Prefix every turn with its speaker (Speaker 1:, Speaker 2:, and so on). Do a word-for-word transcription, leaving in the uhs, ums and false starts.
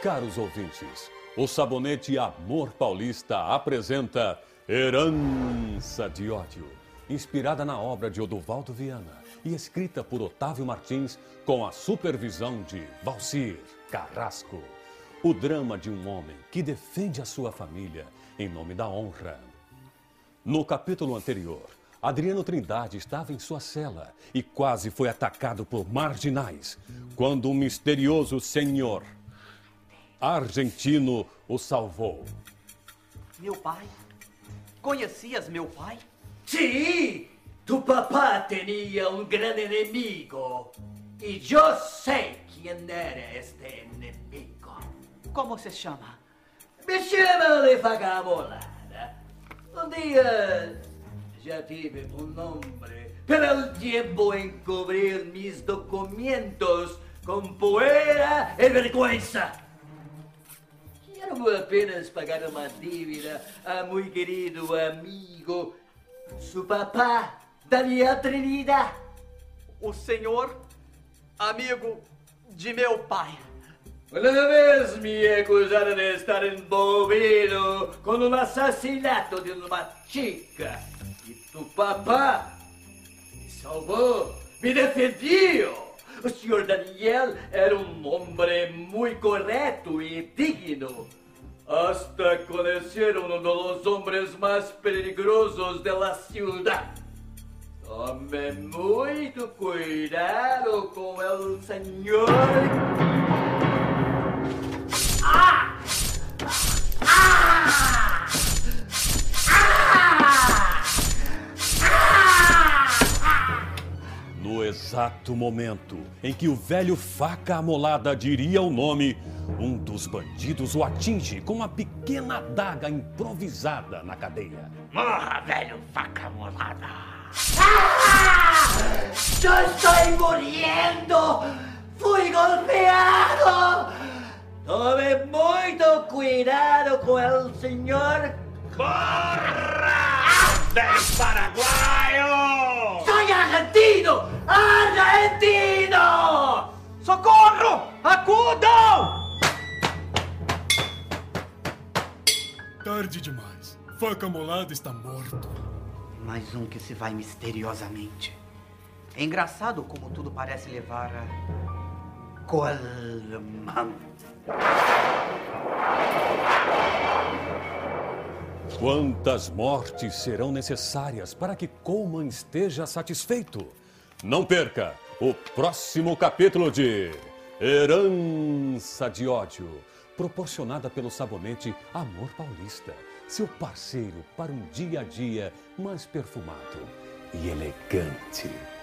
Speaker 1: Caros ouvintes, o Sabonete Amor Paulista apresenta Herança de Ódio, inspirada na obra de Oduvaldo Viana e escrita por Otávio Martins com a supervisão de Valcir Carrasco. O drama de um homem que defende a sua família em nome da honra. No capítulo anterior, Adriano Trindade estava em sua cela e quase foi atacado por marginais, quando um misterioso senhor argentino o salvou.
Speaker 2: Meu pai? Conhecias meu pai?
Speaker 3: Sim, tu papá tinha um grande inimigo. E eu sei quem era este inimigo.
Speaker 2: Como se chama?
Speaker 3: Me chamam de Faca Amolada. Um dia já tive um nome, pero o tempo em cobrir mis documentos com poeira e vergonha. Quero apenas pagar uma dívida a muito querido amigo, seu papá, Daniel Trinidad.
Speaker 2: O senhor, amigo de meu pai.
Speaker 3: Uma vez me acusaram de estar envolvido com o assassinato de uma chica. E tu papá me salvou, me defendeu. O senhor Daniel era um homem muito correto e digno. Hasta conhecer um dos homens mais perigosos da cidade. Tome muito cuidado com o senhor. Ah! Ah!
Speaker 1: No exato momento em que o velho Faca Amolada diria o nome, um dos bandidos o atinge com uma pequena adaga improvisada na cadeia.
Speaker 3: Morra, velho Faca Amolada! Ah! Eu estou morrendo! Fui golpeado! Tome muito cuidado com o senhor.
Speaker 4: Corra, velho paraguaio!
Speaker 3: Soy argentino! Argentino!
Speaker 2: Socorro! Acudam!
Speaker 5: Tarde demais. Faca Amolada está morto.
Speaker 2: Mais um que se vai misteriosamente. É engraçado como tudo parece levar a Coleman.
Speaker 1: Quantas mortes serão necessárias para que Coleman esteja satisfeito? Não perca o próximo capítulo de Herança de Ódio, proporcionada pelo Sabonete Amor Paulista, seu parceiro para um dia a dia mais perfumado e elegante.